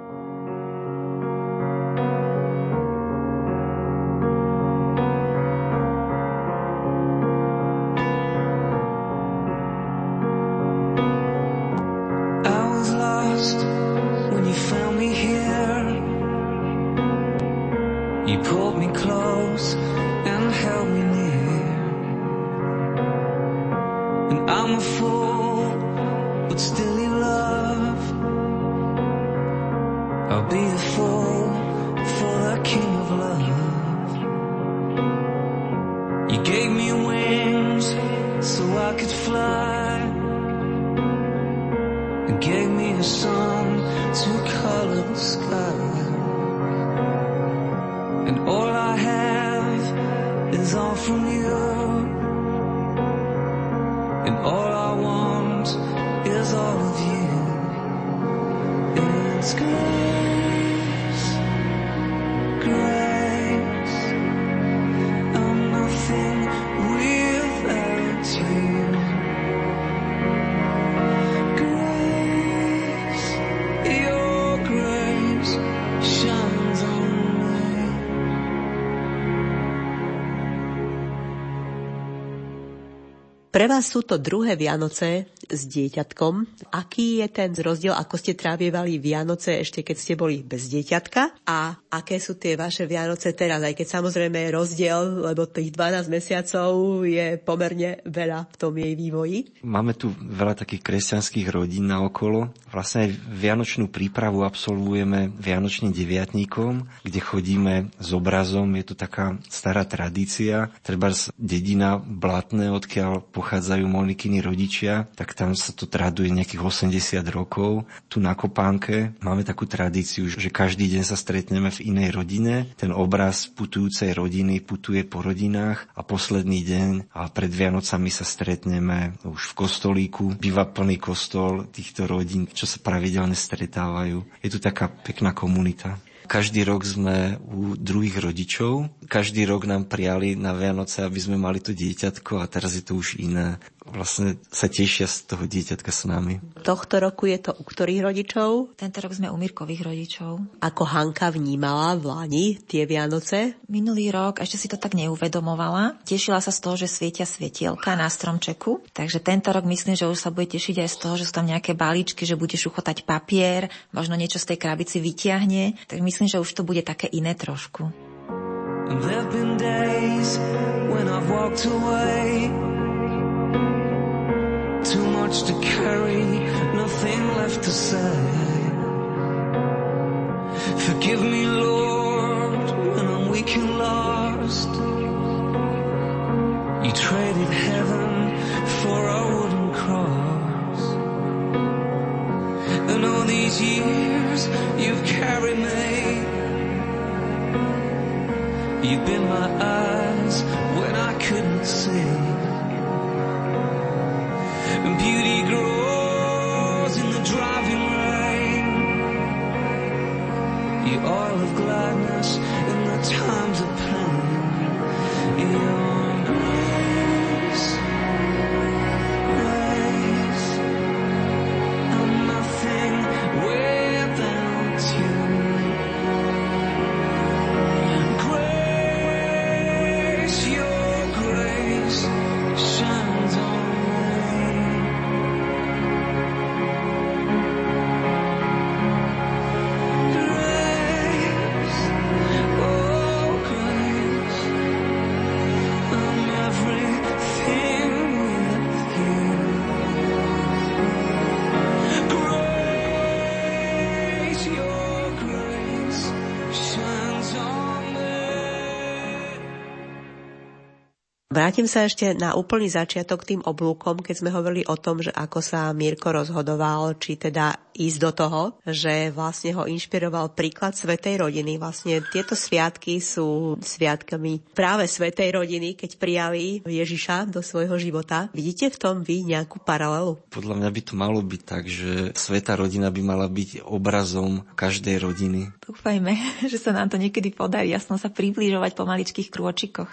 I: You pulled me close and held me near. And I'm a fool, but still you love. I'll be a fool for the King of love. You gave me wings so I could fly, and gave me a song to color the sky. And all I have is all from you, and all I want is all of you. It's grace, grace. I'm nothing without you. Grace, your grace shines on me.
D: Pre vás sú to druhé Vianoce s dieťatkom. Aký je ten rozdiel, ako ste trávievali Vianoce ešte keď ste boli bez dieťatka? A aké sú tie vaše Vianoce teraz? Aj keď samozrejme je rozdiel, lebo tých dvanásť mesiacov je pomerne veľa v tom jej vývoji.
B: Máme tu veľa takých kresťanských rodín naokolo. Vlastne aj vianočnú prípravu absolvujeme vianočným deviatníkom, kde chodíme s obrazom. Je to taká stará tradícia. Trebárs dedina Blatné, odkiaľ pochádzajú Monikiny rodičia, tak tam sa to traduje nejakých osemdesiat rokov. Tu na Kopánke máme takú tradíciu, že každý deň sa stretneme v inej rodine. Ten obraz putujúcej rodiny putuje po rodinách a posledný deň a pred Vianocami sa stretneme už v kostolíku. Býva plný kostol týchto rodín, čo sa pravidelne stretávajú. Je tu taká pekná komunita. Každý rok sme u druhých rodičov. Každý rok nám prijali na Vianoce, aby sme mali to dieťatko a teraz je to už iné. Vlastne sa tešia z toho dieťatka s nami.
D: Tohto roku je to u ktorých rodičov?
E: Tento rok sme u Mirkových rodičov.
D: Ako Hanka vnímala v Lani tie Vianoce?
E: Minulý rok ešte si to tak neuvedomovala. Tešila sa z toho, že svietia svetielka na stromčeku. Takže tento rok myslím, že už sa bude tešiť aj z toho, že sú tam nejaké balíčky, že budeš uchotať papier, možno niečo z tej krabici vytiahne. Tak myslím, že už to bude také iné trošku.
I: And there've been days when I've walked away. Too much to carry, nothing left to say. Forgive me, Lord, when I'm weak and lost. You traded heaven for a wooden cross. And all these years you've carried me. You've been my eyes when I couldn't see. And beauty grows in the driving rain. You oil of gladness in the times of pain. Your grace, grace, I'm nothing without
D: Vrátim sa ešte na úplný začiatok tým oblúkom, keď sme hovorili o tom, že ako sa Mirko rozhodoval, či teda ísť do toho, že vlastne ho inšpiroval príklad svätej rodiny. Vlastne tieto sviatky sú sviatkami práve svätej rodiny, keď prijali Ježiša do svojho života. Vidíte v tom vy nejakú paralelu?
B: Podľa mňa by to malo byť tak, že svätá rodina by mala byť obrazom každej rodiny.
E: Dúfajme, že sa nám to niekedy podarí jasno sa približovať po maličkých krôčikoch.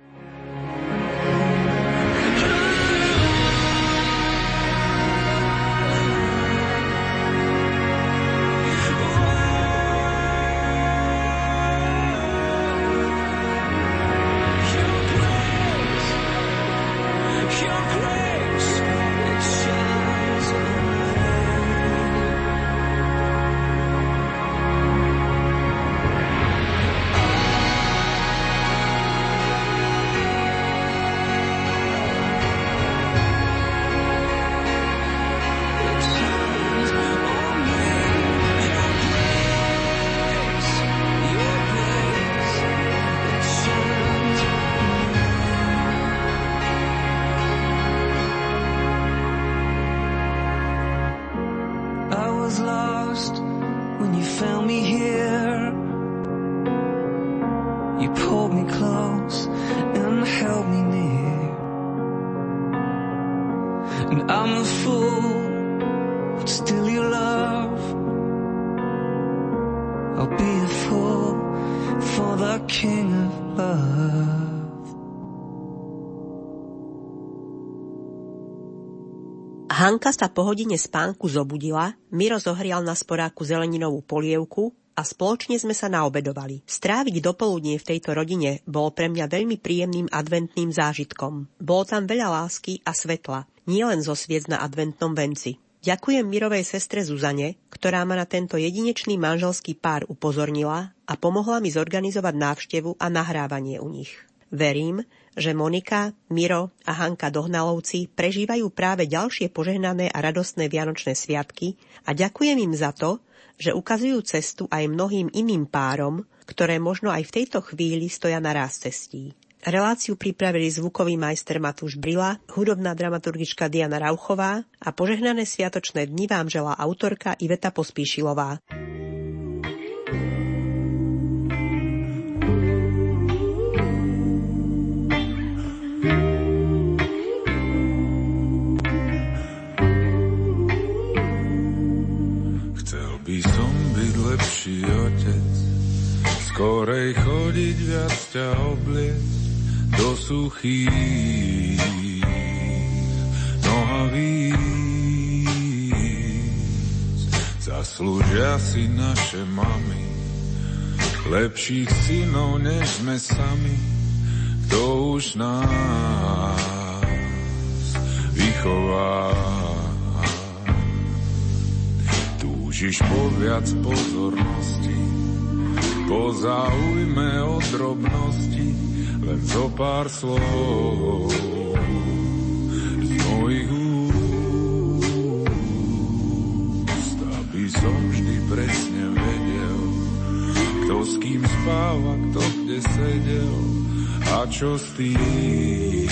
D: Hanka sa po hodine spánku zobudila, Miro zohrial na sporáku zeleninovú polievku a spoločne sme sa naobedovali. Stráviť dopoludnie v tejto rodine bolo pre mňa veľmi príjemným adventným zážitkom. Bolo tam veľa lásky a svetla, nielen zo sviec na adventnom venci. Ďakujem Mirovej sestre Zuzane, ktorá ma na tento jedinečný manželský pár upozornila a pomohla mi zorganizovať návštevu a nahrávanie u nich. Verím, že Monika, Miro a Hanka Dohnalovci prežívajú práve ďalšie požehnané a radostné vianočné sviatky a ďakujem im za to, že ukazujú cestu aj mnohým iným párom, ktoré možno aj v tejto chvíli stoja na ráz cestí. Reláciu pripravili zvukový majster Matúš Brila, hudobná dramaturgička Diana Rauchová a požehnané sviatočné dni vám želá autorka Iveta Pospíšilová.
K: By som byť lepší otec, skorej chodiť viac ťa obliecť do suchých nohavíc. Zaslúžia si naše mami lepších synov, než sme sami, kto už nás vychová. Túžiš po viac pozornosti, po záujme o drobnosti, len zo pár slov z mojich úst, aby som vždy presne vedel, kto s kým spáva, kto kde sedel a čo s tým.